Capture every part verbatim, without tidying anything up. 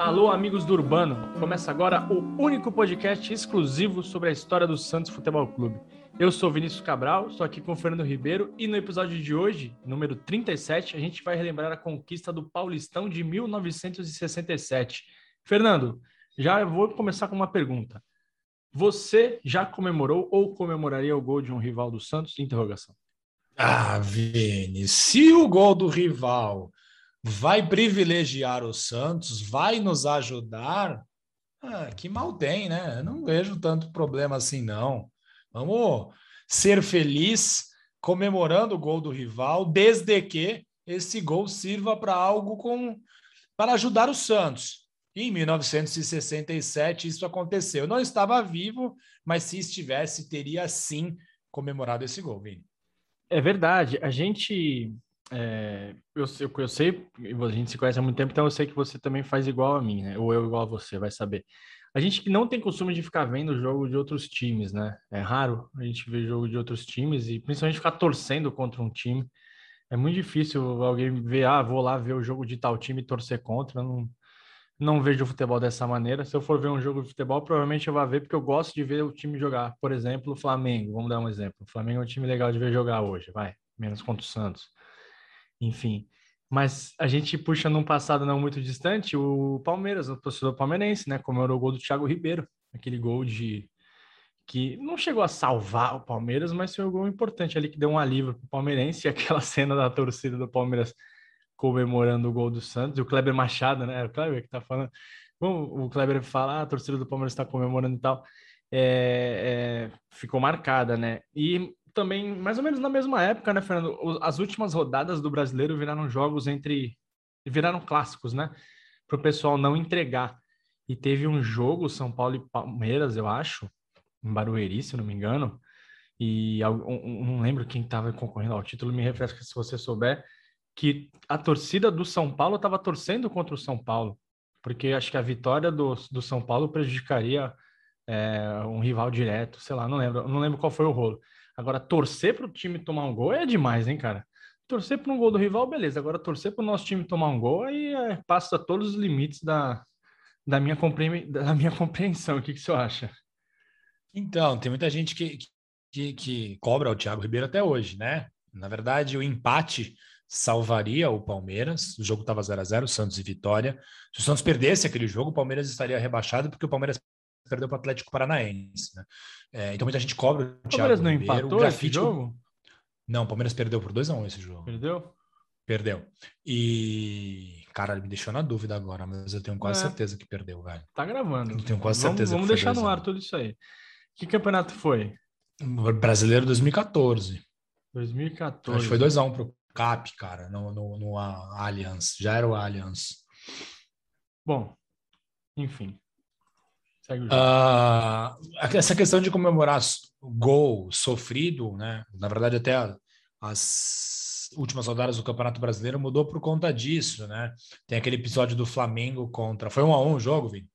Alô, amigos do Urbano! Começa agora o único podcast exclusivo sobre a história do Santos Futebol Clube. Eu sou Vinícius Cabral, estou aqui com o Fernando Ribeiro e no episódio de hoje, número trinta e sete, a gente vai relembrar a conquista do Paulistão de mil novecentos e sessenta e sete. Fernando, já vou começar com uma pergunta. Você já comemorou ou comemoraria o gol de um rival do Santos? Interrogação. Ah, Vini, se o gol do rival vai privilegiar o Santos, vai nos ajudar, ah, que mal tem, né? Eu não vejo tanto problema assim, não. Vamos ser feliz comemorando o gol do rival, desde que esse gol sirva para algo com, para ajudar o Santos. Em mil novecentos e sessenta e sete isso aconteceu. Eu não estava vivo, mas se estivesse, teria sim comemorado esse gol, Vini. É verdade, a gente, é, eu, eu, eu sei, a gente se conhece há muito tempo, então eu sei que você também faz igual a mim, né? Ou eu igual a você, vai saber. A gente que não tem costume de ficar vendo o jogo de outros times, né? É raro a gente ver jogo de outros times e principalmente ficar torcendo contra um time. É muito difícil alguém ver, ah, vou lá ver o jogo de tal time e torcer contra. Eu não, não vejo o futebol dessa maneira. Se eu for ver um jogo de futebol, provavelmente eu vou ver porque eu gosto de ver o time jogar. Por exemplo, o Flamengo. Vamos dar um exemplo. O Flamengo é um time legal de ver jogar hoje, vai. Menos contra o Santos. Enfim. Mas a gente puxa num passado não muito distante o Palmeiras, o torcedor palmeirense, né? Comemorou o gol do Thiago Ribeiro. Aquele gol de que não chegou a salvar o Palmeiras, mas foi um gol importante ali que deu um alívio para o palmeirense. E aquela cena da torcida do Palmeiras comemorando o gol do Santos, e o Kleber Machado, né? O Kleber que tá falando. Bom, o Kleber fala, ah, a torcida do Palmeiras está comemorando e tal. É, é, ficou marcada, né? E também, mais ou menos na mesma época, né, Fernando? As últimas rodadas do Brasileiro viraram jogos entre. Viraram clássicos, né? Para o pessoal não entregar. E teve um jogo, São Paulo e Palmeiras, eu acho, em Barueri, se não me engano. E eu, eu não lembro quem estava concorrendo ao título, me refresca se você souber que a torcida do São Paulo estava torcendo contra o São Paulo, porque acho que a vitória do, do São Paulo prejudicaria é, um rival direto, sei lá, não lembro, não lembro qual foi o rolo. Agora, torcer para o time tomar um gol é demais, hein, cara? Torcer para um gol do rival, beleza. Agora, torcer para o nosso time tomar um gol, aí é, passa todos os limites da, da, minha, compre... da minha compreensão. O que, que você acha? Então, tem muita gente que, que, que cobra o Thiago Ribeiro até hoje, né? Na verdade, o empate salvaria o Palmeiras. O jogo estava zero a zero, Santos e Vitória. Se o Santos perdesse aquele jogo, o Palmeiras estaria rebaixado, porque o Palmeiras perdeu para o Atlético Paranaense, né? É, então, muita gente cobra o O Thiago Palmeiras não Ribeiro. O empatou esse grafite. jogo? Não, o Palmeiras perdeu por dois a um esse jogo. Perdeu? Perdeu. E, cara, ele me deixou na dúvida agora, mas eu tenho quase É, certeza que perdeu, velho. tá Eu gravando. tenho quase Vamos, certeza que vamos foi deixar dois no a ar um. tudo isso aí. Que campeonato foi? Brasileiro dois mil e quatorze. Acho que foi dois mil e quatorze. dois a um pro Cap, cara, no, no, no Allianz. Já era o Allianz. Bom, enfim, segue o jogo. Uh, essa questão de comemorar gol sofrido, né? Na verdade, até as últimas rodadas do Campeonato Brasileiro mudou por conta disso, né? Tem aquele episódio do Flamengo contra. Foi um a um o jogo, Vini?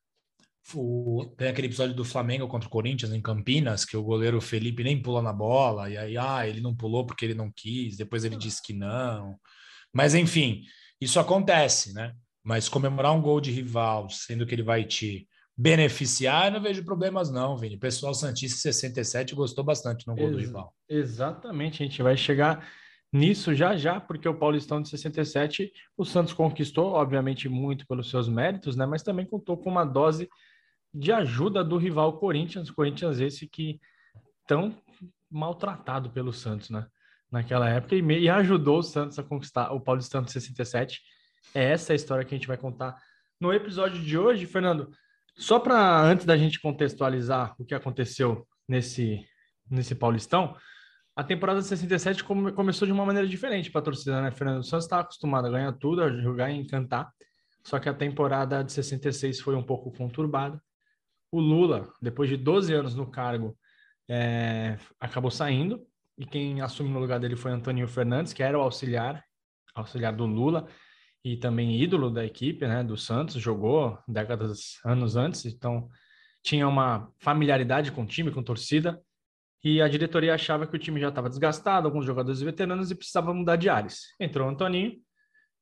O... Tem aquele episódio do Flamengo contra o Corinthians em Campinas, que o goleiro Felipe nem pulou na bola, e aí, ah, ele não pulou porque ele não quis, depois ele disse que não. Mas, enfim, isso acontece, né? Mas comemorar um gol de rival, sendo que ele vai te beneficiar, eu não vejo problemas não, Vini. O pessoal santista sessenta e sete gostou bastante no gol do Ex- rival. exatamente, a gente vai chegar nisso já já, porque o Paulistão de sessenta e sete, o Santos conquistou, obviamente, muito pelos seus méritos, né? Mas também contou com uma dose de ajuda do rival Corinthians, Corinthians esse que tão maltratado pelo Santos, né? Naquela época, e, me- e ajudou o Santos a conquistar o Paulistão de sessenta e sete. É essa a história que a gente vai contar no episódio de hoje, Fernando. Só para antes da gente contextualizar o que aconteceu nesse, nesse Paulistão, a temporada de sessenta e sete come, começou de uma maneira diferente para a torcida, né, Fernando? O Santos estava acostumado a ganhar tudo, a jogar e encantar, só que a temporada de sessenta e seis foi um pouco conturbada. O Lula, depois de doze anos no cargo, é, acabou saindo, e quem assumiu no lugar dele foi Antônio Fernandes, que era o auxiliar, auxiliar do Lula, e também ídolo da equipe, né, do Santos, jogou décadas, anos antes, então tinha uma familiaridade com o time, com a torcida, e a diretoria achava que o time já estava desgastado, alguns jogadores veteranos, e precisava mudar de ares. Entrou o Antoninho,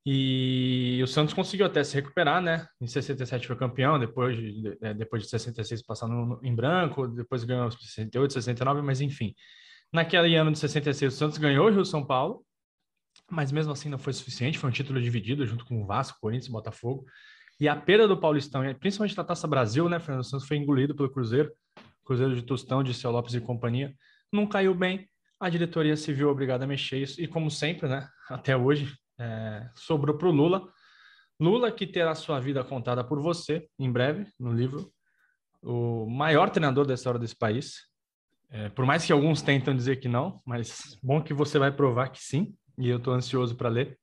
E o Santos conseguiu até se recuperar, né? Em sessenta e sete foi campeão, depois de, é, depois de sessenta e seis passando no- em branco, depois ganhou sessenta e oito, sessenta e nove, mas enfim. Naquele ano de sessenta e seis, o Santos ganhou o Rio-São Paulo, mas mesmo assim não foi suficiente, foi um título dividido junto com o Vasco, Corinthians e Botafogo. E a perda do Paulistão, e principalmente da Taça Brasil, né, Fernando Santos foi engolido pelo Cruzeiro, Cruzeiro de Tostão, de Seu Lopes e companhia, não caiu bem, a diretoria se viu obrigada a mexer isso, e como sempre, né, até hoje, é, sobrou para o Lula. Lula, que terá sua vida contada por você, em breve, no livro, o maior treinador da história desse país. É, por mais que alguns tentam dizer que não, mas bom que você vai provar que sim, e eu estou ansioso para ler.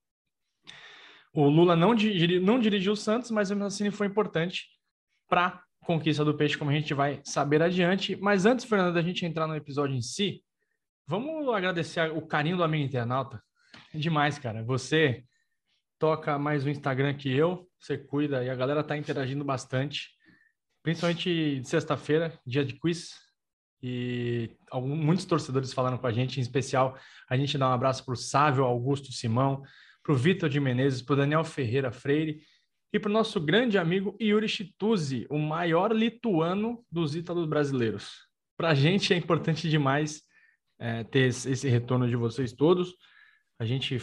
O Lula não, diri não dirigiu o Santos, mas mesmo assim foi importante para a conquista do Peixe, como a gente vai saber adiante. Mas antes, Fernando, da gente entrar no episódio em si, vamos agradecer o carinho do amigo internauta. É demais, cara. Você toca mais o Instagram que eu, você cuida e a galera tá interagindo bastante, principalmente de sexta-feira, dia de quiz. E alguns, muitos torcedores falaram com a gente, em especial a gente dá um abraço para o Sávio Augusto Simão, para o Vitor de Menezes, para o Daniel Ferreira Freire e para o nosso grande amigo Yuri Chituzzi, o maior lituano dos ítalos brasileiros. Para a gente é importante demais é, ter esse retorno de vocês todos. A gente,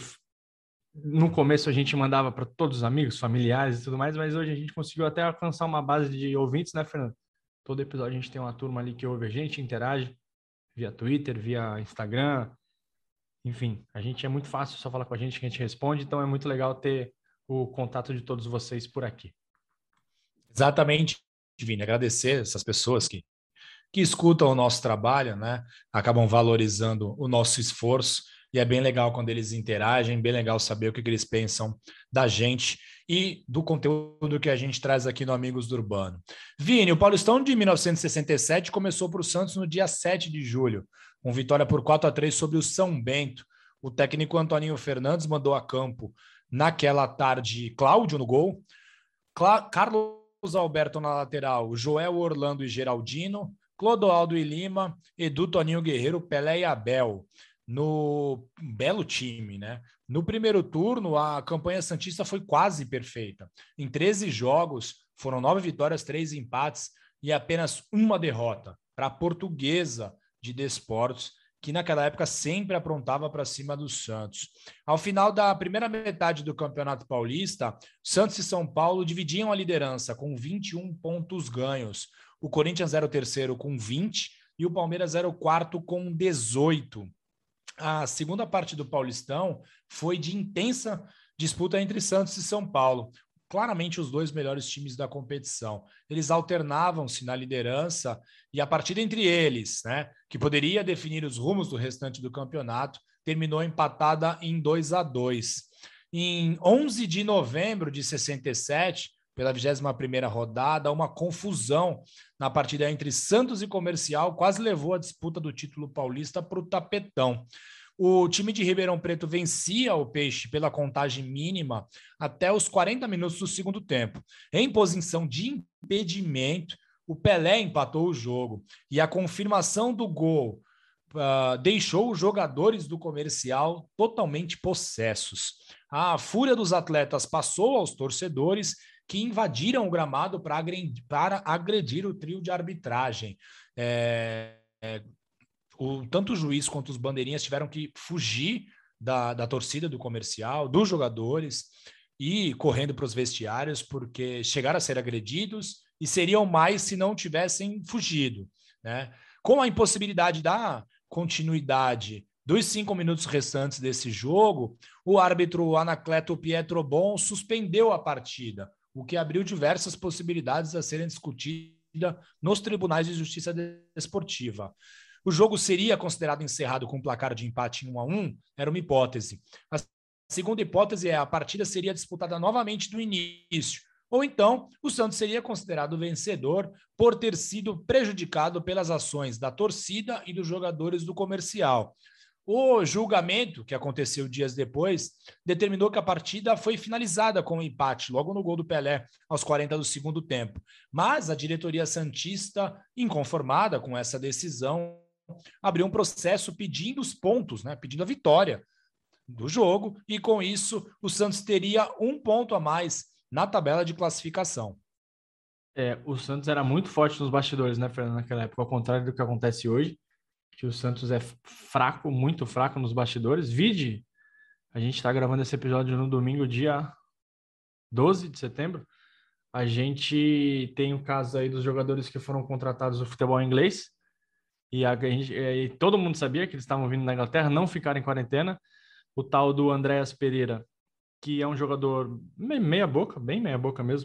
no começo, a gente mandava para todos os amigos, familiares e tudo mais, mas hoje a gente conseguiu até alcançar uma base de ouvintes, né, Fernando? Todo episódio a gente tem uma turma ali que ouve a gente, interage via Twitter, via Instagram. Enfim, a gente é muito fácil só falar com a gente que a gente responde, então é muito legal ter o contato de todos vocês por aqui. Exatamente, Vini. Agradecer essas pessoas que, que escutam o nosso trabalho, né? Acabam valorizando o nosso esforço. E é bem legal quando eles interagem, bem legal saber o que, que eles pensam da gente e do conteúdo que a gente traz aqui no Amigos do Urbano. Vini, o Paulistão de mil novecentos e sessenta e sete começou para o Santos no dia sete de julho, com vitória por quatro a três sobre o São Bento. O técnico Antoninho Fernandes mandou a campo naquela tarde Cláudio no gol, Cla- Carlos Alberto na lateral, Joel Orlando e Geraldino, Clodoaldo e Lima, Edu, Toninho Guerreiro, Pelé e Abel. No belo time, né? No primeiro turno, a campanha santista foi quase perfeita. Em treze jogos, foram nove vitórias, três empates e apenas uma derrota para a Portuguesa de Desportos, que naquela época sempre aprontava para cima do Santos. Ao final da primeira metade do Campeonato Paulista, Santos e São Paulo dividiam a liderança com vinte e um pontos ganhos. O Corinthians era o terceiro com vinte e o Palmeiras era o quarto com dezoito. A segunda parte do Paulistão foi de intensa disputa entre Santos e São Paulo. Claramente os dois melhores times da competição. Eles alternavam-se na liderança e a partida entre eles, né, que poderia definir os rumos do restante do campeonato, terminou empatada em dois a dois. Em onze de novembro de sessenta e sete, pela vigésima primeira rodada, uma confusão na partida entre Santos e Comercial quase levou a disputa do título paulista para o tapetão. O time de Ribeirão Preto vencia o Peixe pela contagem mínima até os quarenta minutos do segundo tempo. Em posição de impedimento, o Pelé empatou o jogo e a confirmação do gol uh, deixou os jogadores do Comercial totalmente possessos. A fúria dos atletas passou aos torcedores que invadiram o gramado para agredir, para agredir o trio de arbitragem. É, é, o, tanto o juiz quanto os bandeirinhas tiveram que fugir da, da torcida do Comercial, dos jogadores, e correndo para os vestiários, porque chegaram a ser agredidos e seriam mais se não tivessem fugido, né? Com a impossibilidade da continuidade dos cinco minutos restantes desse jogo, o árbitro Anacleto Pietro Bon suspendeu a partida, o que abriu diversas possibilidades a serem discutidas nos tribunais de justiça desportiva. O jogo seria considerado encerrado com um placar de empate em um a um? Era uma hipótese. A segunda hipótese é a partida seria disputada novamente do início, ou então o Santos seria considerado vencedor por ter sido prejudicado pelas ações da torcida e dos jogadores do Comercial. O julgamento, que aconteceu dias depois, determinou que a partida foi finalizada com um empate, logo no gol do Pelé, aos quarenta do segundo tempo. Mas a diretoria santista, inconformada com essa decisão, abriu um processo pedindo os pontos, né, pedindo a vitória do jogo, e com isso o Santos teria um ponto a mais na tabela de classificação. É, o Santos era muito forte nos bastidores, né, Fernando, naquela época, ao contrário do que acontece hoje, que o Santos é fraco, muito fraco nos bastidores. Vide, a gente está gravando esse episódio no domingo, dia doze de setembro. A gente tem o caso aí dos jogadores que foram contratados do futebol inglês, e, a, e todo mundo sabia que eles estavam vindo da Inglaterra, não ficaram em quarentena. O tal do Andréas Pereira, que é um jogador meia boca, bem meia boca mesmo,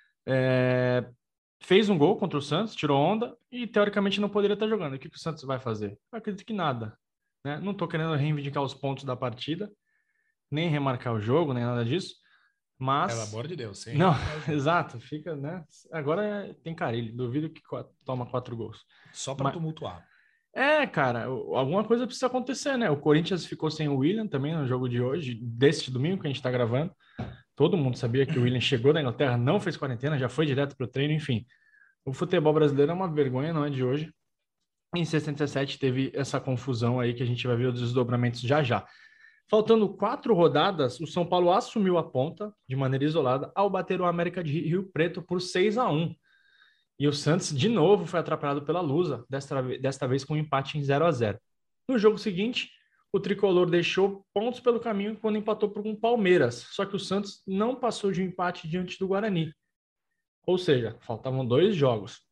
é, fez um gol contra o Santos, tirou onda e teoricamente não poderia estar jogando. O que, que o Santos vai fazer? Eu acredito que nada, né? Não estou querendo reivindicar os pontos da partida, nem remarcar o jogo, nem nada disso, mas... Pelo amor de Deus, sim. Não, exato, fica, né? Agora tem Carille, duvido que toma quatro gols. Só para mas... tumultuar. É, cara, alguma coisa precisa acontecer, né? O Corinthians ficou sem o William também no jogo de hoje, deste domingo que a gente está gravando. Todo mundo sabia que o William chegou da Inglaterra, não fez quarentena, já foi direto para o treino, enfim. O futebol brasileiro é uma vergonha, não é de hoje. Em sessenta e sete teve essa confusão aí que a gente vai ver os desdobramentos já já. Faltando quatro rodadas, o São Paulo assumiu a ponta de maneira isolada ao bater o América de Rio Preto por seis a um. E o Santos, de novo, foi atrapalhado pela Lusa, desta, desta vez com um empate em zero a zero. No jogo seguinte, o tricolor deixou pontos pelo caminho quando empatou por um Palmeiras, só que o Santos não passou de um empate diante do Guarani. Ou seja, faltavam dois jogos.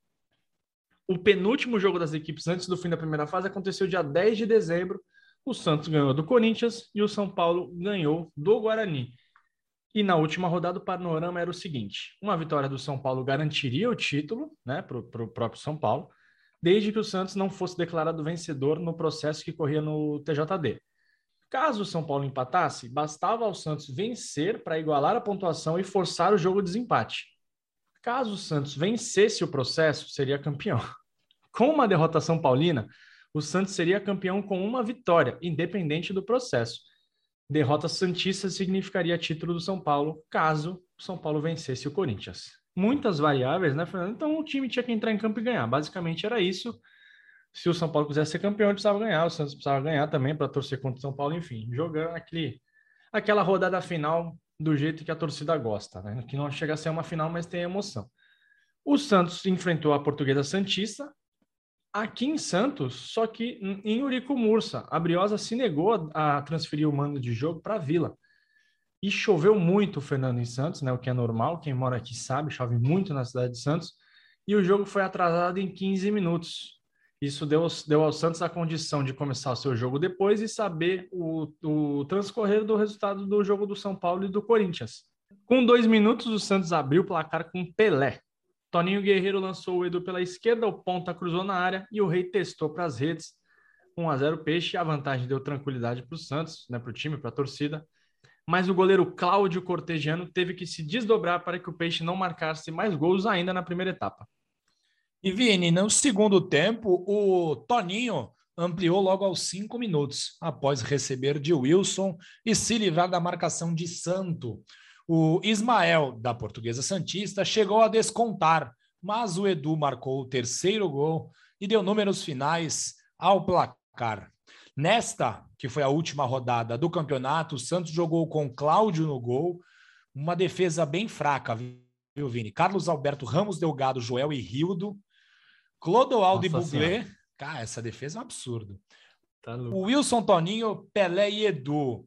O penúltimo jogo das equipes antes do fim da primeira fase aconteceu dia dez de dezembro. O Santos ganhou do Corinthians e o São Paulo ganhou do Guarani. E na última rodada o panorama era o seguinte: uma vitória do São Paulo garantiria o título, né, para o próprio São Paulo, desde que o Santos não fosse declarado vencedor no processo que corria no T J D. Caso o São Paulo empatasse, bastava ao Santos vencer para igualar a pontuação e forçar o jogo de desempate. Caso o Santos vencesse o processo, seria campeão. Com uma derrota são paulina, o Santos seria campeão com uma vitória, independente do processo. Derrota santista significaria título do São Paulo, caso o São Paulo vencesse o Corinthians. Muitas variáveis, né, Fernando? Então o time tinha que entrar em campo e ganhar. Basicamente era isso. Se o São Paulo quisesse ser campeão, ele precisava ganhar. O Santos precisava ganhar também para torcer contra o São Paulo. Enfim, jogando aquele, aquela rodada final do jeito que a torcida gosta, né? Que não chega a ser uma final, mas tem emoção. O Santos enfrentou a Portuguesa Santista aqui em Santos, só que em Eurico Mursa. A Briosa se negou a transferir o mando de jogo para a Vila. E choveu muito, Fernando, em Santos, né? O que é normal, quem mora aqui sabe, chove muito na cidade de Santos. E o jogo foi atrasado em quinze minutos. Isso deu, deu ao Santos a condição de começar o seu jogo depois e saber o, o transcorrer do resultado do jogo do São Paulo e do Corinthians. Com dois minutos, o Santos abriu o placar com Pelé. Toninho Guerreiro lançou o Edu pela esquerda, o ponta cruzou na área e o Rei testou para as redes. um a zero Peixe, a vantagem deu tranquilidade para o Santos, né, para o time, para a torcida. Mas o goleiro Cláudio Cortegiano teve que se desdobrar para que o Peixe não marcasse mais gols ainda na primeira etapa. E Vini, no segundo tempo, o Toninho ampliou logo aos cinco minutos, após receber de Wilson e se livrar da marcação de Santo. O Ismael, da Portuguesa Santista, chegou a descontar, mas o Edu marcou o terceiro gol e deu números finais ao placar. Nesta, que foi a última rodada do campeonato, o Santos jogou com Cláudio no gol, uma defesa bem fraca, viu, Vini? Carlos Alberto, Ramos Delgado, Joel e Rildo, Clodoaldo e Buglé. Cara, essa defesa é um absurdo. Tá louco. O Wilson, Toninho, Pelé e Edu.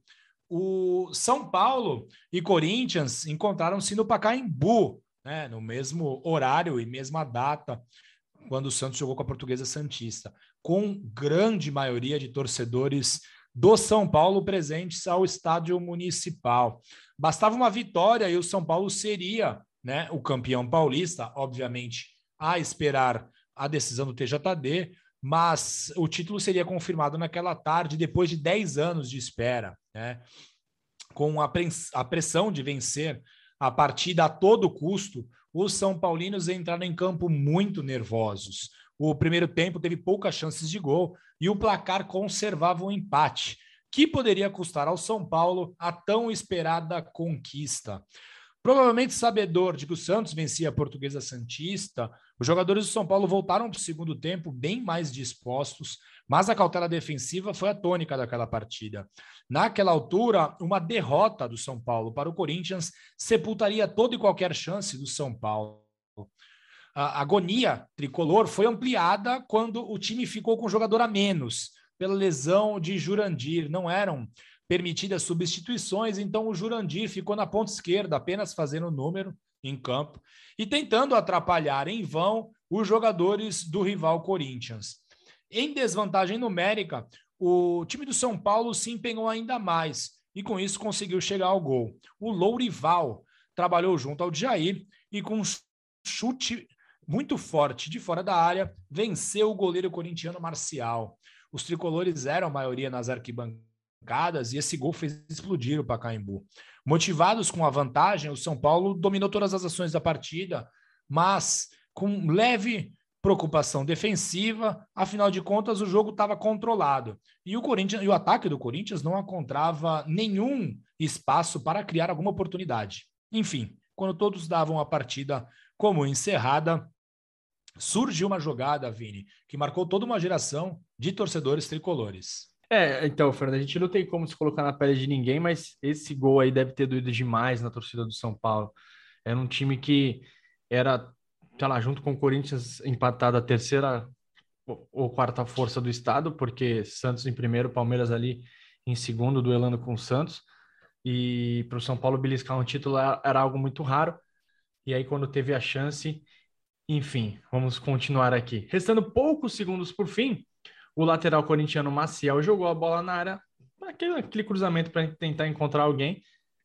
O São Paulo e Corinthians encontraram-se no Pacaembu, né, no mesmo horário e mesma data, quando o Santos jogou com a Portuguesa Santista, com grande maioria de torcedores do São Paulo presentes ao estádio municipal. Bastava uma vitória e o São Paulo seria, né, o campeão paulista, obviamente, a esperar a decisão do T J D, mas o título seria confirmado naquela tarde, depois de dez anos de espera, né? Com a, a pressão de vencer a partida a todo custo, os São Paulinos entraram em campo muito nervosos. O primeiro tempo teve poucas chances de gol e o placar conservava um empate, que poderia custar ao São Paulo a tão esperada conquista. Provavelmente sabedor de que o Santos vencia a Portuguesa Santista, os jogadores do São Paulo voltaram para o segundo tempo bem mais dispostos, mas a cautela defensiva foi a tônica daquela partida. Naquela altura, uma derrota do São Paulo para o Corinthians sepultaria toda e qualquer chance do São Paulo. A agonia tricolor foi ampliada quando o time ficou com um jogador a menos, pela lesão de Jurandir. Não eram permitidas substituições, então o Jurandir ficou na ponta esquerda, apenas fazendo número em campo e tentando atrapalhar em vão os jogadores do rival Corinthians. Em desvantagem numérica, o time do São Paulo se empenhou ainda mais e com isso conseguiu chegar ao gol. O Lourival trabalhou junto ao Djair e com um chute muito forte de fora da área, venceu o goleiro corintiano Marcial. Os tricolores eram a maioria nas arquibancadas e esse gol fez explodir o Pacaembu. Motivados com a vantagem, o São Paulo dominou todas as ações da partida, mas com leve preocupação defensiva, afinal de contas o jogo estava controlado. E o Corinthians, e o ataque do Corinthians não encontrava nenhum espaço para criar alguma oportunidade. Enfim, quando todos davam a partida como encerrada, surgiu uma jogada, Vini, que marcou toda uma geração de torcedores tricolores. É, então, Fernando, a gente não tem como se colocar na pele de ninguém, mas esse gol aí deve ter doído demais na torcida do São Paulo. Era um time que era, sei lá, junto com o Corinthians, empatado a terceira ou quarta força do estado, porque Santos em primeiro, Palmeiras ali em segundo, duelando com o Santos. E para o São Paulo beliscar um título era algo muito raro. E aí, quando teve a chance, enfim, vamos continuar aqui. Restando poucos segundos por fim, o lateral corintiano Maciel jogou a bola na área, aquele, aquele cruzamento para tentar encontrar alguém.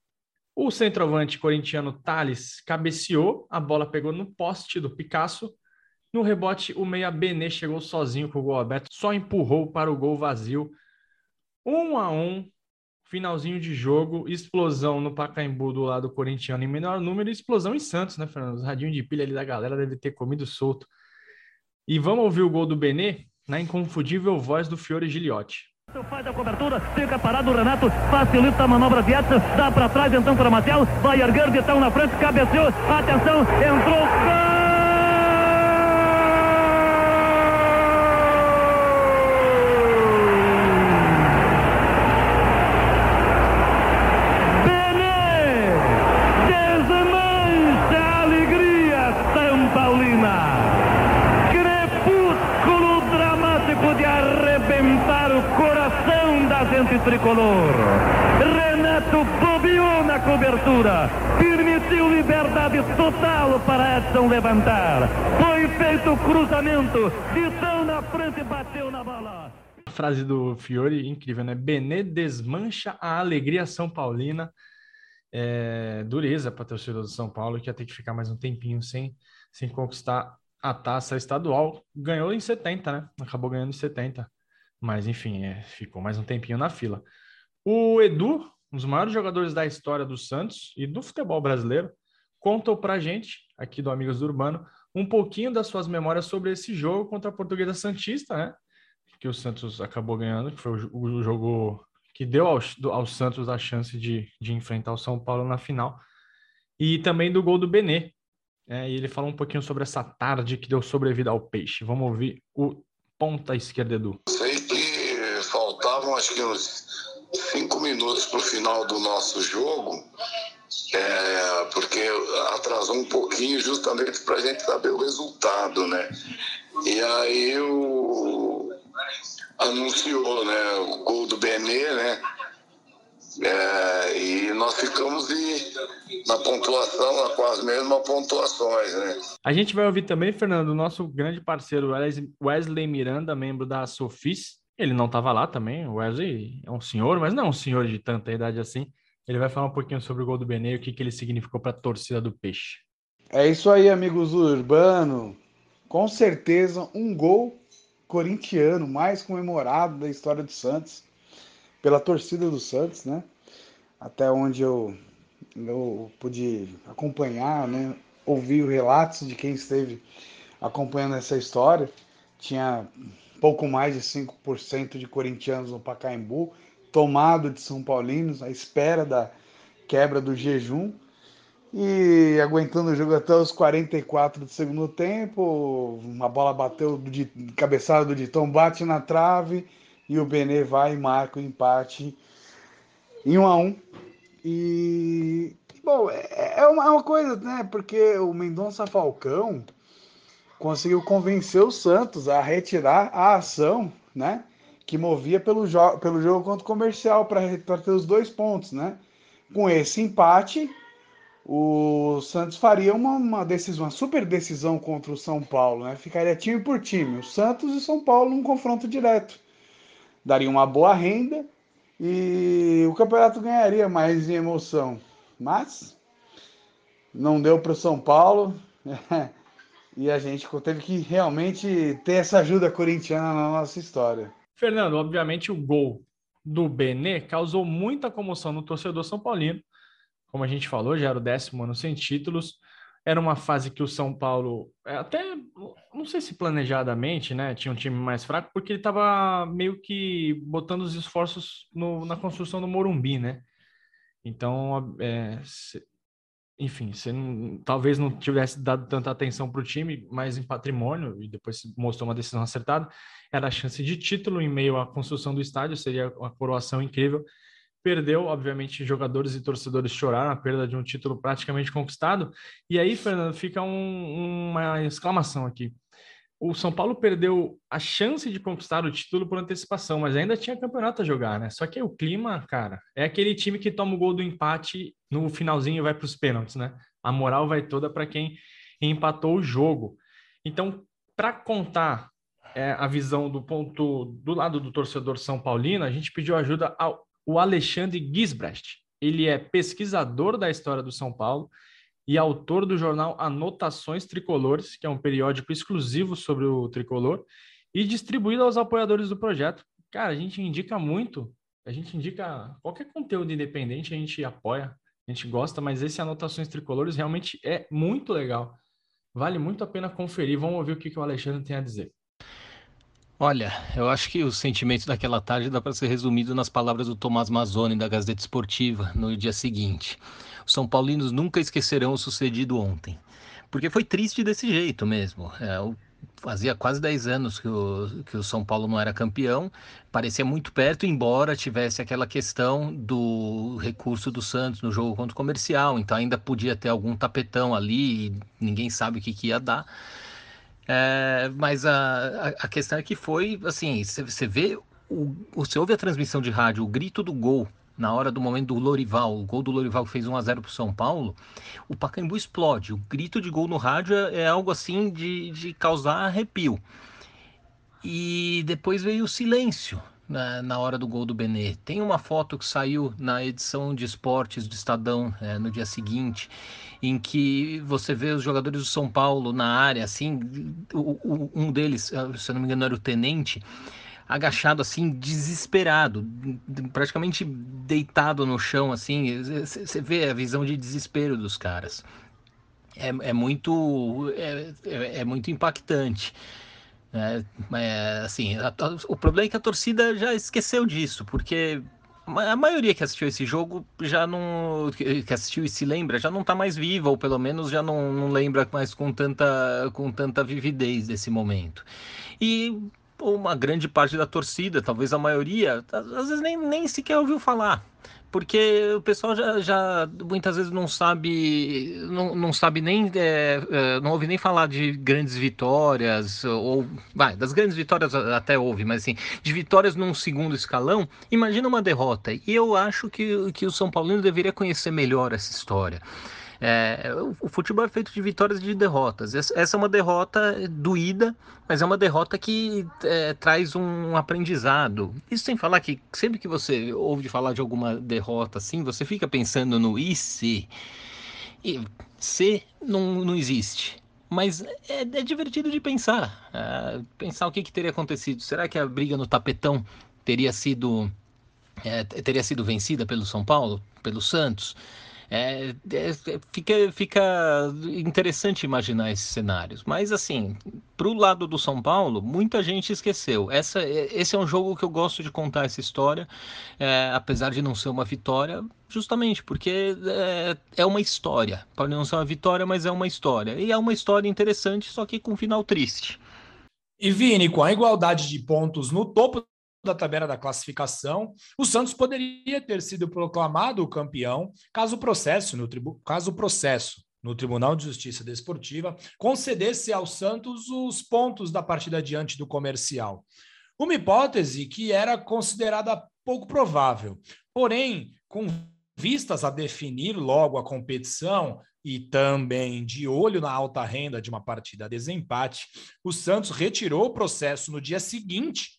O centroavante corintiano Thales cabeceou, a bola pegou no poste do Picasso. No rebote, o meia Benê chegou sozinho com o gol aberto, só empurrou para o gol vazio. Um a um. Finalzinho de jogo, explosão no Pacaembu do lado corintiano em menor número, e explosão em Santos, né, Fernando? Os radinhos de pilha ali da galera deve ter comido solto. E vamos ouvir o gol do Benê na inconfundível voz do Fiore Giliotti. Faz a cobertura, fica parado o Renato, facilita a manobra de Edson, dá para trás então para Matheus, vai erguer de tão na frente, cabeceou, atenção, entrou, gol! Tricolor. Renato bobeou na cobertura, permitiu liberdade total para Edson levantar. Foi feito o cruzamento, de tão na frente bateu na bola. A frase do Fiore, incrível, né? Benê desmancha a alegria São Paulina. É, dureza para a torcida do São Paulo, que ia ter que ficar mais um tempinho sem, sem conquistar a taça estadual. Ganhou em setenta, né? Acabou ganhando em setenta. Mas, enfim, é, ficou mais um tempinho na fila. O Edu, um dos maiores jogadores da história do Santos e do futebol brasileiro, contou pra gente, aqui do Amigos do Urbano, um pouquinho das suas memórias sobre esse jogo contra a Portuguesa Santista, né? Que o Santos acabou ganhando, que foi o, o jogo que deu ao, ao Santos a chance de, de enfrentar o São Paulo na final. E também do gol do Benê. É, e ele falou um pouquinho sobre essa tarde que deu sobrevida ao peixe. Vamos ouvir o ponta esquerda, Edu. Sei que faltavam acho que uns cinco minutos para o final do nosso jogo, é, porque atrasou um pouquinho justamente para a gente saber o resultado, né? E aí o anunciou, né, o gol do Benê, né? É, e nós ficamos de, na pontuação com as mesmas pontuações, né? A gente vai ouvir também, Fernando, o nosso grande parceiro Wesley Miranda, membro da Sofis. Ele não estava lá também, o Wesley é um senhor, mas não é um senhor de tanta idade assim. Ele vai falar um pouquinho sobre o gol do Benê e o que, que ele significou para a torcida do Peixe. É isso aí, amigos do Urbano. Com certeza um gol corintiano mais comemorado da história do Santos, pela torcida do Santos, né? Até onde eu, eu pude acompanhar, né? Ouvir relatos de quem esteve acompanhando essa história. Tinha pouco mais de cinco por cento de corintianos no Pacaembu, tomado de São Paulinos, à espera da quebra do jejum. e aguentando o jogo até os quarenta e quatro do segundo tempo. Uma bola bateu de cabeçada do Ditão, bate na trave e o Benê vai e marca o empate em um a um. E, bom, é, é, uma, é uma coisa, né? Porque o Mendonça Falcão conseguiu convencer o Santos a retirar a ação, né? Que movia pelo, jo pelo jogo contra o Comercial para ter os dois pontos, né? Com esse empate, o Santos faria uma, uma decisão, uma super decisão contra o São Paulo, né? Ficaria time por time, o Santos e o São Paulo num confronto direto. Daria uma boa renda e o campeonato ganharia mais em emoção. Mas não deu para o São Paulo e a gente teve que realmente ter essa ajuda corintiana na nossa história. Fernando, obviamente o gol do Benê causou muita comoção no torcedor são paulino. Como a gente falou, já era o décimo ano sem títulos. Era uma fase que o São Paulo, até não sei se planejadamente, né, tinha um time mais fraco, porque ele estava meio que botando os esforços no, na construção do Morumbi, né? Então, é, se, enfim, você não, talvez não tivesse dado tanta atenção para o time, mas em patrimônio, e depois mostrou uma decisão acertada, era a chance de título em meio à construção do estádio, seria uma coroação incrível. Perdeu, obviamente, jogadores e torcedores choraram a perda de um título praticamente conquistado. E aí, Fernando, fica um, uma exclamação aqui. O São Paulo perdeu a chance de conquistar o título por antecipação, mas ainda tinha campeonato a jogar, né? Só que o clima, cara, é aquele time que toma o gol do empate no finalzinho e vai para os pênaltis, né? A moral vai toda para quem empatou o jogo. Então, para contar é, a visão do ponto do lado do torcedor são paulino, a gente pediu ajuda ao o Alexandre Gisbrecht. Ele é pesquisador da história do São Paulo e autor do jornal Anotações Tricolores, que é um periódico exclusivo sobre o tricolor e distribuído aos apoiadores do projeto. Cara, a gente indica muito, a gente indica qualquer conteúdo independente, a gente apoia, a gente gosta, mas esse Anotações Tricolores realmente é muito legal. Vale muito a pena conferir. Vamos ouvir o que, que o Alexandre tem a dizer. Olha, eu acho que o sentimento daquela tarde dá para ser resumido nas palavras do Tomás Mazzoni, da Gazeta Esportiva, no dia seguinte. Os São Paulinos nunca esquecerão o sucedido ontem, porque foi triste desse jeito mesmo. É, o, fazia quase dez anos que o, que o São Paulo não era campeão, parecia muito perto, embora tivesse aquela questão do recurso do Santos no jogo contra o Comercial, então ainda podia ter algum tapetão ali e ninguém sabe o que, que ia dar. É, mas a, a questão é que foi, assim, você vê, o, você ouve a transmissão de rádio, o grito do gol, na hora do momento do Lorival, o gol do Lorival que fez um a zero para o São Paulo, o Pacaembu explode, o grito de gol no rádio é, é algo assim de, de causar arrepio. E depois veio o silêncio na, na hora do gol do Benê. Tem uma foto que saiu na edição de esportes do Estadão é, no dia seguinte, em que você vê os jogadores do São Paulo na área, assim, o, o, um deles, se eu não me engano era o Tenente, agachado assim, desesperado, praticamente deitado no chão, assim, você vê a visão de desespero dos caras. É, é muito é, é, é muito impactante. É, é, assim, a, a, o problema é que a torcida já esqueceu disso, porque a maioria que assistiu esse jogo já não, que assistiu e se lembra, já não está mais viva, ou pelo menos já não, não lembra mais com tanta, com tanta vividez desse momento. E uma grande parte da torcida, talvez a maioria, às vezes nem, nem sequer ouviu falar. Porque o pessoal já, já muitas vezes não sabe, não, não sabe nem, é, é, não ouve nem falar de grandes vitórias, ou, vai, das grandes vitórias até ouve, mas assim, de vitórias num segundo escalão, imagina uma derrota. E eu acho que, que o São Paulino deveria conhecer melhor essa história. É, o futebol é feito de vitórias e de derrotas. Essa é uma derrota doída, mas é uma derrota que é, traz um aprendizado. Isso sem falar que sempre que você ouve falar de alguma derrota assim, você fica pensando no e se. E se não, não existe. Mas é, é divertido de pensar. É, pensar o que, que teria acontecido. Será que a briga no tapetão teria sido, é, teria sido vencida pelo São Paulo, pelo Santos? É, é, fica, fica interessante imaginar esses cenários. Mas, assim, pro lado do São Paulo, muita gente esqueceu. Essa, esse é um jogo que eu gosto de contar essa história, é, apesar de não ser uma vitória, justamente porque é, é uma história. Pode não ser uma vitória, mas é uma história. E é uma história interessante, só que com um final triste. E Vini, com a igualdade de pontos no topo da tabela da classificação, o Santos poderia ter sido proclamado o campeão caso o processo no, tribu... caso o processo no Tribunal de Justiça Desportiva concedesse ao Santos os pontos da partida diante do Comercial. Uma hipótese que era considerada pouco provável. Porém, com vistas a definir logo a competição e também de olho na alta renda de uma partida a desempate, o Santos retirou o processo no dia seguinte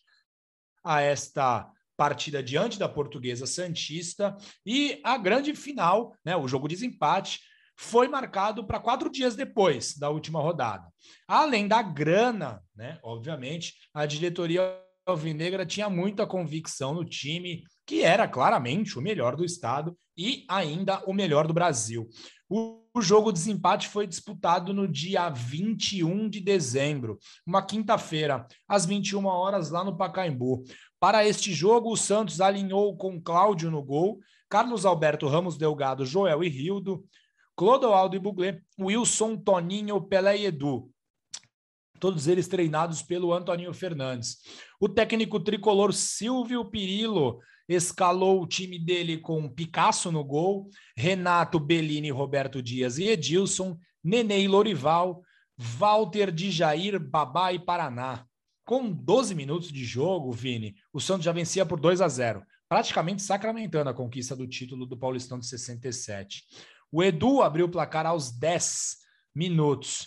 a esta partida diante da Portuguesa Santista, e a grande final, né, o jogo de desempate, foi marcado para quatro dias depois da última rodada. Além da grana, né, obviamente, a diretoria alvinegra tinha muita convicção no time, que era claramente o melhor do estado e ainda o melhor do Brasil. O, o jogo de desempate foi disputado no dia vinte e um de dezembro, uma quinta-feira, às vinte e uma horas, lá no Pacaembu. Para este jogo, o Santos alinhou com Cláudio no gol, Carlos Alberto Ramos Delgado, Joel e Rildo, Clodoaldo e Buglé, Wilson, Toninho, Pelé e Edu. Todos eles treinados pelo Antoninho Fernandes. O técnico tricolor Silvio Pirillo escalou o time dele com Picasso no gol, Renato, Bellini, Roberto Dias e Edilson, Nenê e Lorival, Walter, Djair, Babá e Paraná. Com doze minutos de jogo, Vini, o Santos já vencia por dois a zero, praticamente sacramentando a conquista do título do Paulistão de sessenta e sete. O Edu abriu o placar aos dez minutos.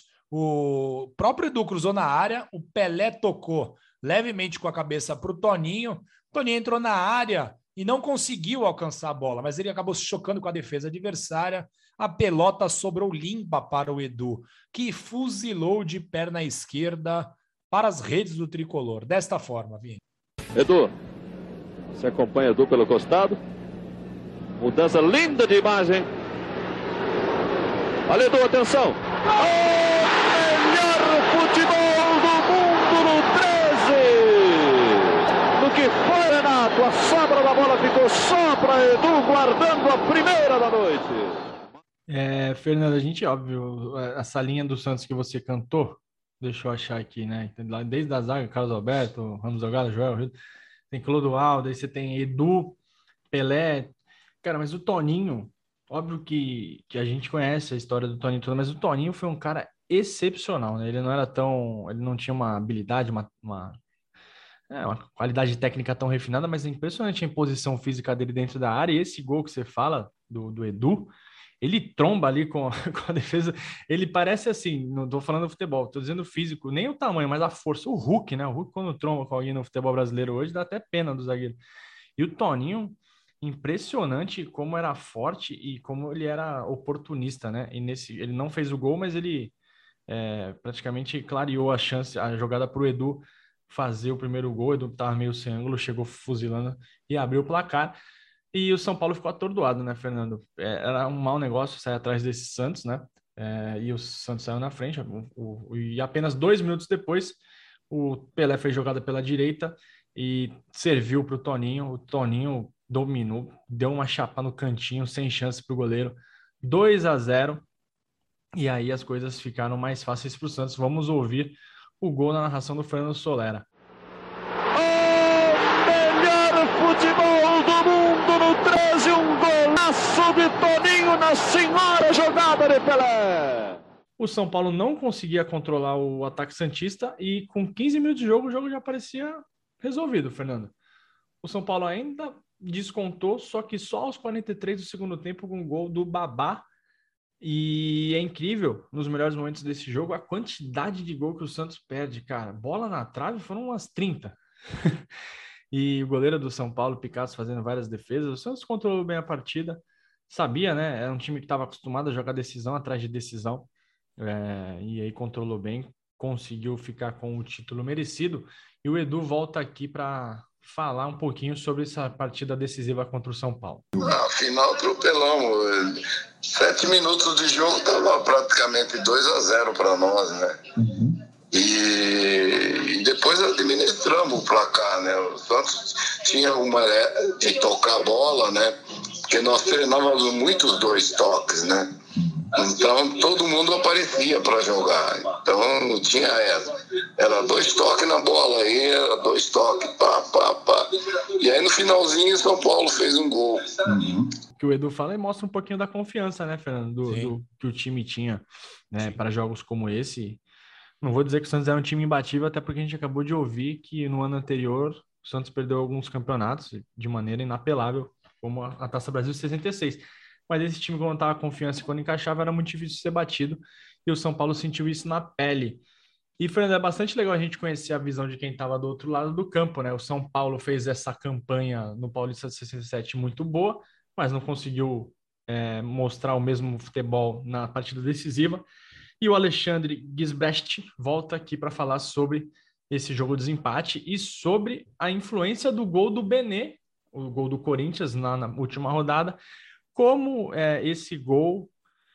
O próprio Edu cruzou na área, o Pelé tocou levemente com a cabeça para o Toninho. O Toninho entrou na área e não conseguiu alcançar a bola, mas ele acabou se chocando com a defesa adversária. A pelota sobrou limpa para o Edu, que fuzilou de perna esquerda para as redes do tricolor. Desta forma, Vini. Edu, você acompanha Edu pelo costado. Mudança linda de imagem. Olha, Edu, atenção. Oh! Futebol do mundo no treze. No que foi, Renato, a sobra da bola ficou só para Edu, guardando a primeira da noite. É, Fernando, a gente, óbvio, essa linha do Santos que você cantou, deixa eu achar aqui, né? Desde a zaga, Carlos Alberto, Ramos Delgado, Joel, Rio, tem Clodoaldo, aí você tem Edu, Pelé. Cara, mas o Toninho, óbvio que, que a gente conhece a história do Toninho toda, mas o Toninho foi um cara excepcional, né? Ele não era tão, ele não tinha uma habilidade, uma, uma, é, uma qualidade técnica tão refinada, mas é impressionante a imposição física dele dentro da área. E esse gol que você fala do, do Edu, ele tromba ali com, com a defesa, ele parece assim, não tô falando do futebol, tô dizendo físico, nem o tamanho, mas a força, o Hulk, né? O Hulk quando tromba com alguém no futebol brasileiro hoje, dá até pena do zagueiro. E o Toninho, impressionante como era forte e como ele era oportunista, né? E nesse, ele não fez o gol, mas ele É, praticamente clareou a chance, a jogada para o Edu fazer o primeiro gol. O Edu estava meio sem ângulo, chegou fuzilando e abriu o placar. E o São Paulo ficou atordoado, né, Fernando? É, era um mau negócio sair atrás desse Santos, né? É, e o Santos saiu na frente. O, o, e apenas dois minutos depois, o Pelé fez jogada pela direita e serviu para o Toninho. O Toninho dominou, deu uma chapa no cantinho, sem chance para o goleiro. dois a zero. E aí as coisas ficaram mais fáceis para o Santos. Vamos ouvir o gol na narração do Fernando Solera. O melhor futebol do mundo no treze, um golaço de Toninho na senhora jogada de Pelé. O São Paulo não conseguia controlar o ataque santista e com quinze minutos de jogo, o jogo já parecia resolvido, Fernando. O São Paulo ainda descontou, só que só aos quarenta e três do segundo tempo com o gol do Babá. E é incrível, nos melhores momentos desse jogo, a quantidade de gol que o Santos perde, cara. Bola na trave foram umas trinta. E o goleiro do São Paulo, Picasso, fazendo várias defesas. O Santos controlou bem a partida. Sabia, né? Era um time que estava acostumado a jogar decisão atrás de decisão. É, e aí controlou bem, conseguiu ficar com o título merecido. E o Edu volta aqui para falar um pouquinho sobre essa partida decisiva contra o São Paulo. Na final, atropelamos. Sete minutos de jogo, estava praticamente dois a zero para nós, né? Uhum. E, e depois administramos o placar, né? O Santos tinha uma de tocar a bola, né? Porque nós treinávamos muitos dois toques, né? Então todo mundo aparecia para jogar. Então não tinha essa. Era dois toques na bola aí, era dois toques, pá, pá, pá. E aí no finalzinho São Paulo fez um gol. Uhum. O que o Edu fala e mostra um pouquinho da confiança, né, Fernando? Do, do que o time tinha, né, para jogos como esse. Não vou dizer que o Santos era um time imbatível, até porque a gente acabou de ouvir que no ano anterior o Santos perdeu alguns campeonatos de maneira inapelável, como a Taça Brasil sessenta e seis. Mas esse time, quando estava confiança e quando encaixava, era muito difícil de ser batido, e o São Paulo sentiu isso na pele. E, Fernando, é bastante legal a gente conhecer a visão de quem estava do outro lado do campo, né? O São Paulo fez essa campanha no Paulista de sessenta e sete muito boa, mas não conseguiu é, mostrar o mesmo futebol na partida decisiva. E o Alexandre Gisbrecht volta aqui para falar sobre esse jogo de desempate e sobre a influência do gol do Bené, o gol do Corinthians na, na última rodada. Como é, esse gol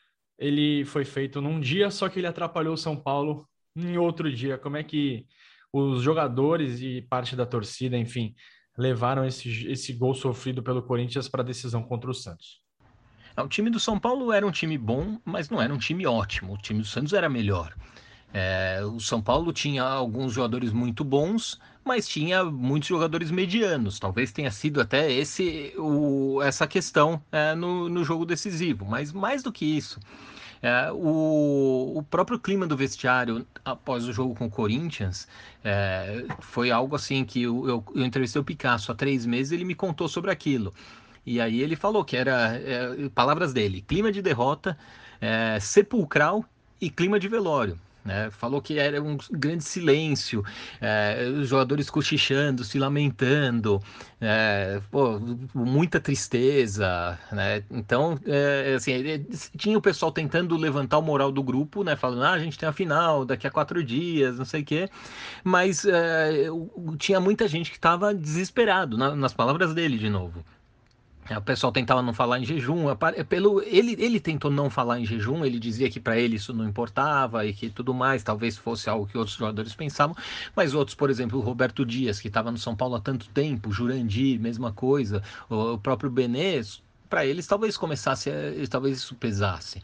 ele foi feito num dia, só que ele atrapalhou o São Paulo em outro dia. Como é que os jogadores e parte da torcida, enfim, levaram esse, esse gol sofrido pelo Corinthians para a decisão contra o Santos? O time do São Paulo era um time bom, mas não era um time ótimo. O time do Santos era melhor. É, o São Paulo tinha alguns jogadores muito bons, mas tinha muitos jogadores medianos. Talvez tenha sido até esse, o, essa questão é, no, no jogo decisivo. Mas mais do que isso, é, o, o próprio clima do vestiário após o jogo com o Corinthians é, foi algo assim que eu, eu, eu entrevistei o Picasso há três meses e ele me contou sobre aquilo. E aí ele falou que era, é, palavras dele, clima de derrota, é, sepulcral e clima de velório. Né? Falou que era um grande silêncio, é, os jogadores cochichando, se lamentando, é, pô, muita tristeza, né? Então, é, assim, tinha o pessoal tentando levantar o moral do grupo, né? Falando, ah, a gente tem a final daqui a quatro dias, não sei o quê, mas é, tinha muita gente que estava desesperado, na, nas palavras dele de novo. O pessoal tentava não falar em jejum, pelo, ele, ele tentou não falar em jejum, ele dizia que para ele isso não importava e que tudo mais, talvez fosse algo que outros jogadores pensavam, mas outros, por exemplo, o Roberto Dias, que estava no São Paulo há tanto tempo, Jurandir, mesma coisa, o, o próprio Bené, para eles talvez começasse, talvez isso pesasse.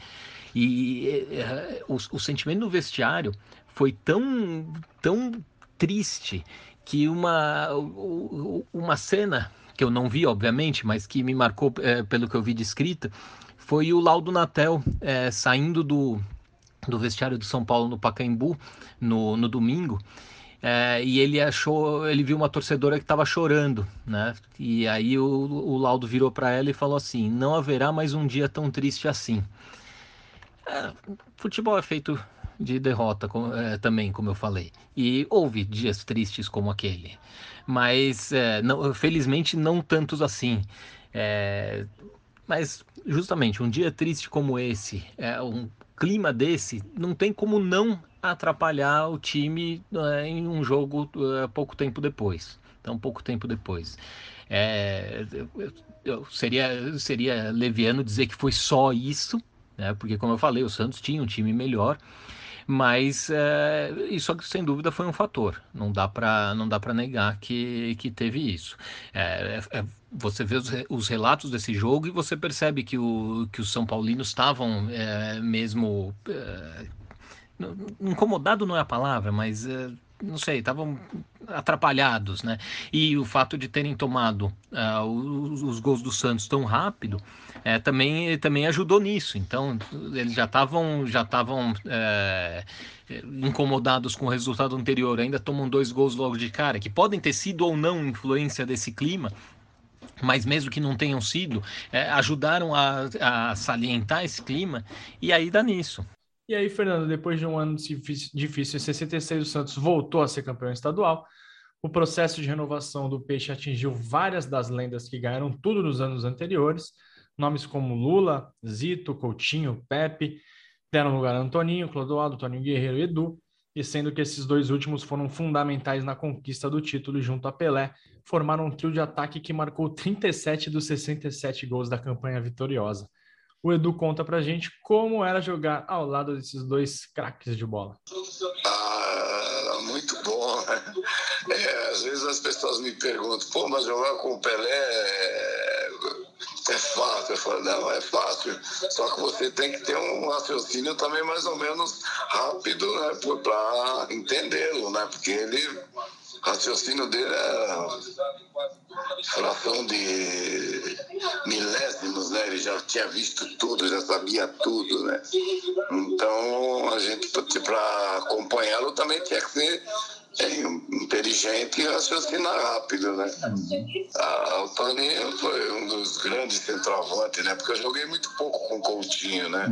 E é, o, o sentimento no vestiário foi tão, tão triste que uma, uma cena que eu não vi, obviamente, mas que me marcou é, pelo que eu vi de escrita, foi o Laudo Natel é, saindo do, do vestiário do São Paulo no Pacaembu no, no domingo, é, e ele achou, ele viu uma torcedora que estava chorando, né? E aí o, o Laudo virou para ela e falou assim: não haverá mais um dia tão triste assim. É, futebol é feito de derrota é, também, como eu falei, e houve dias tristes como aquele, mas é, não, felizmente não tantos assim, é, mas justamente um dia triste como esse, é, um clima desse, não tem como não atrapalhar o time é, em um jogo é, pouco tempo depois, então pouco tempo depois. É, eu, eu seria, seria leviano dizer que foi só isso, né? Porque, como eu falei, o Santos tinha um time melhor, mas é, isso sem dúvida foi um fator. Não dá para não dá para negar que, que teve isso. É, é, você vê os, os relatos desse jogo e você percebe que, o, que os São Paulinos estavam é, mesmo é, incomodado não é a palavra, mas é, não sei, estavam atrapalhados, né? E o fato de terem tomado uh, os, os gols do Santos tão rápido é, também, também ajudou nisso. Então, eles já estavam já estavam é, incomodados com o resultado anterior, ainda tomam dois gols logo de cara, que podem ter sido ou não influência desse clima, mas mesmo que não tenham sido, é, ajudaram a, a salientar esse clima, e aí dá nisso. E aí, Fernando, depois de um ano difícil, em sessenta e seis o Santos voltou a ser campeão estadual. O processo de renovação do Peixe atingiu várias das lendas que ganharam tudo nos anos anteriores. Nomes como Lula, Zito, Coutinho, Pepe, deram lugar a Antoninho, Clodoaldo, Toninho Guerreiro e Edu. e sendo que esses dois últimos foram fundamentais na conquista do título junto a Pelé, formaram um trio de ataque que marcou trinta e sete dos sessenta e sete gols da campanha vitoriosa. O Edu conta pra gente como era jogar ao lado desses dois craques de bola. Ah, muito bom, né? É, às vezes as pessoas me perguntam, pô, mas jogar com o Pelé é, é fácil. Eu falo, não, é fácil. Só que você tem que ter um raciocínio também mais ou menos rápido, né, para entendê-lo, né? Porque ele, o raciocínio dele é fração de milésimos, né? Ele já tinha visto tudo, já sabia tudo, né? Então, a gente, para acompanhá-lo, também tinha que ser é, inteligente e raciocinar rápido, né? Ah, o Toninho foi um dos grandes centroavantes, né? Porque eu joguei muito pouco com o Coutinho, né?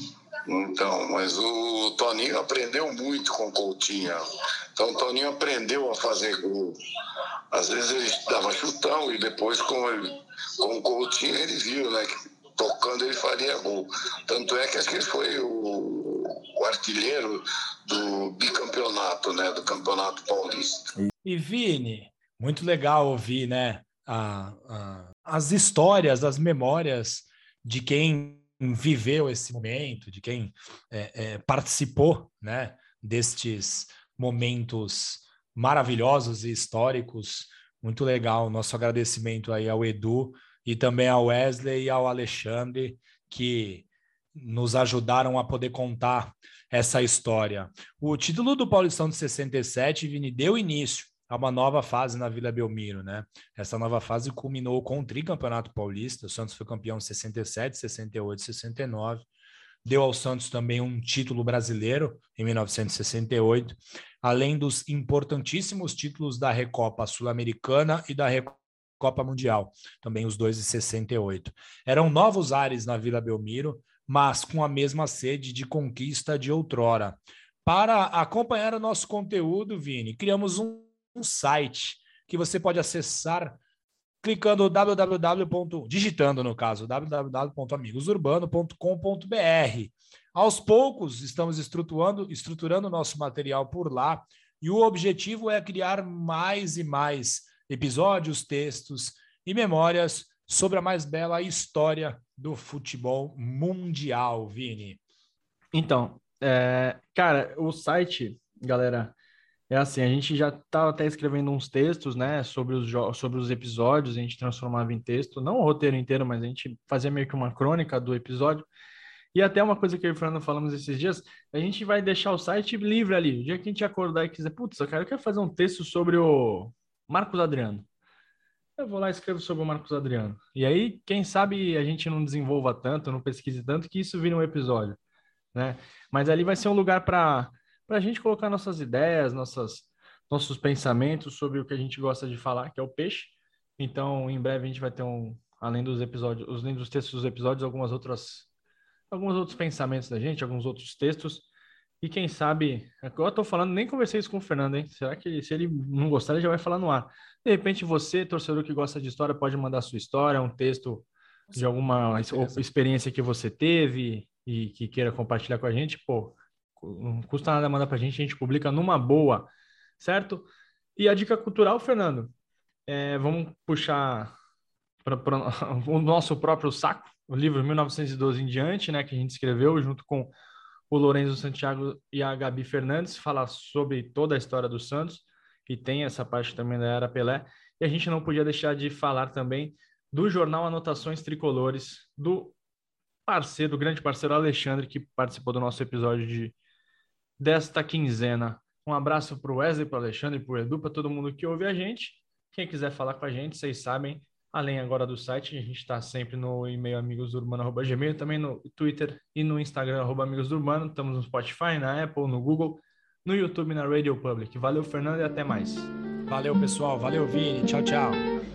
Então, mas o Toninho aprendeu muito com o Coutinho. Então, o Toninho aprendeu a fazer gol. Às vezes ele dava chutão e depois com, ele, com o Coutinho ele viu, né, que tocando ele faria gol. Tanto é que acho que ele foi o, o artilheiro do bicampeonato, né, do Campeonato Paulista. E Vini, muito legal ouvir, né, a, a, as histórias, as memórias de quem viveu esse momento, de quem é, é, participou, né, destes momentos maravilhosos e históricos. Muito legal. Nosso agradecimento aí ao Edu e também ao Wesley e ao Alexandre, que nos ajudaram a poder contar essa história. O título do Paulistão de sessenta e sete, Vini, deu início a uma nova fase na Vila Belmiro, né? Essa nova fase culminou com o tricampeonato paulista. O Santos foi campeão em sessenta e sete, sessenta e oito, sessenta e nove. Deu ao Santos também um título brasileiro em mil novecentos e sessenta e oito, além dos importantíssimos títulos da Recopa Sul-Americana e da Recopa Mundial, também os dois de sessenta e oito. Eram novos ares na Vila Belmiro, mas com a mesma sede de conquista de outrora. Para acompanhar o nosso conteúdo, Vini, criamos um, um site que você pode acessar clicando www. digitando no caso www ponto amigos urbano ponto com ponto b r. Aos poucos estamos estruturando estruturando o nosso material por lá e o objetivo é criar mais e mais episódios, textos e memórias sobre a mais bela história do futebol mundial, Vini. Então, é, cara, o site, galera, é assim, a gente já estava até escrevendo uns textos, né, sobre os, sobre os episódios, a gente transformava em texto, não o roteiro inteiro, mas a gente fazia meio que uma crônica do episódio. E até uma coisa que eu e o Fernando falamos esses dias, a gente vai deixar o site livre ali. O dia que a gente acordar e quiser, putz, eu quero, eu quero fazer um texto sobre o Marcos Adriano. Eu vou lá e escrevo sobre o Marcos Adriano. E aí, quem sabe a gente não desenvolva tanto, não pesquise tanto, que isso vira um episódio, né? Mas ali vai ser um lugar para para a gente colocar nossas ideias, nossas, nossos pensamentos sobre o que a gente gosta de falar, que é o peixe. Então, em breve a gente vai ter um, além dos episódios, além dos textos dos episódios, algumas outras, alguns outros pensamentos da gente, alguns outros textos. E quem sabe, eu estou falando, nem conversei isso com o Fernando, hein? Será que se ele não gostar, ele já vai falar no ar? De repente você, torcedor que gosta de história, pode mandar a sua história, um texto de alguma experiência que você teve e que queira compartilhar com a gente, pô, não custa nada mandar pra gente, a gente publica numa boa, certo? E a dica cultural, Fernando, é, vamos puxar para o nosso próprio saco, o livro mil novecentos e doze em diante, né, que a gente escreveu junto com o Lourenço Santiago e a Gabi Fernandes, fala sobre toda a história do Santos, e tem essa parte também da Era Pelé, e a gente não podia deixar de falar também do jornal Anotações Tricolores, do parceiro, do grande parceiro Alexandre, que participou do nosso episódio de desta quinzena. Um abraço para o Wesley, para o Alexandre, para o Edu, para todo mundo que ouve a gente. Quem quiser falar com a gente, vocês sabem, além agora do site, a gente está sempre no e-mail amigosdurbano arroba gmail, também no Twitter e no Instagram, arroba amigosdurbano. Estamos no Spotify, na Apple, no Google, no YouTube e na Radio Public. Valeu, Fernando, e até mais. Valeu, pessoal. Valeu, Vini. Tchau, tchau.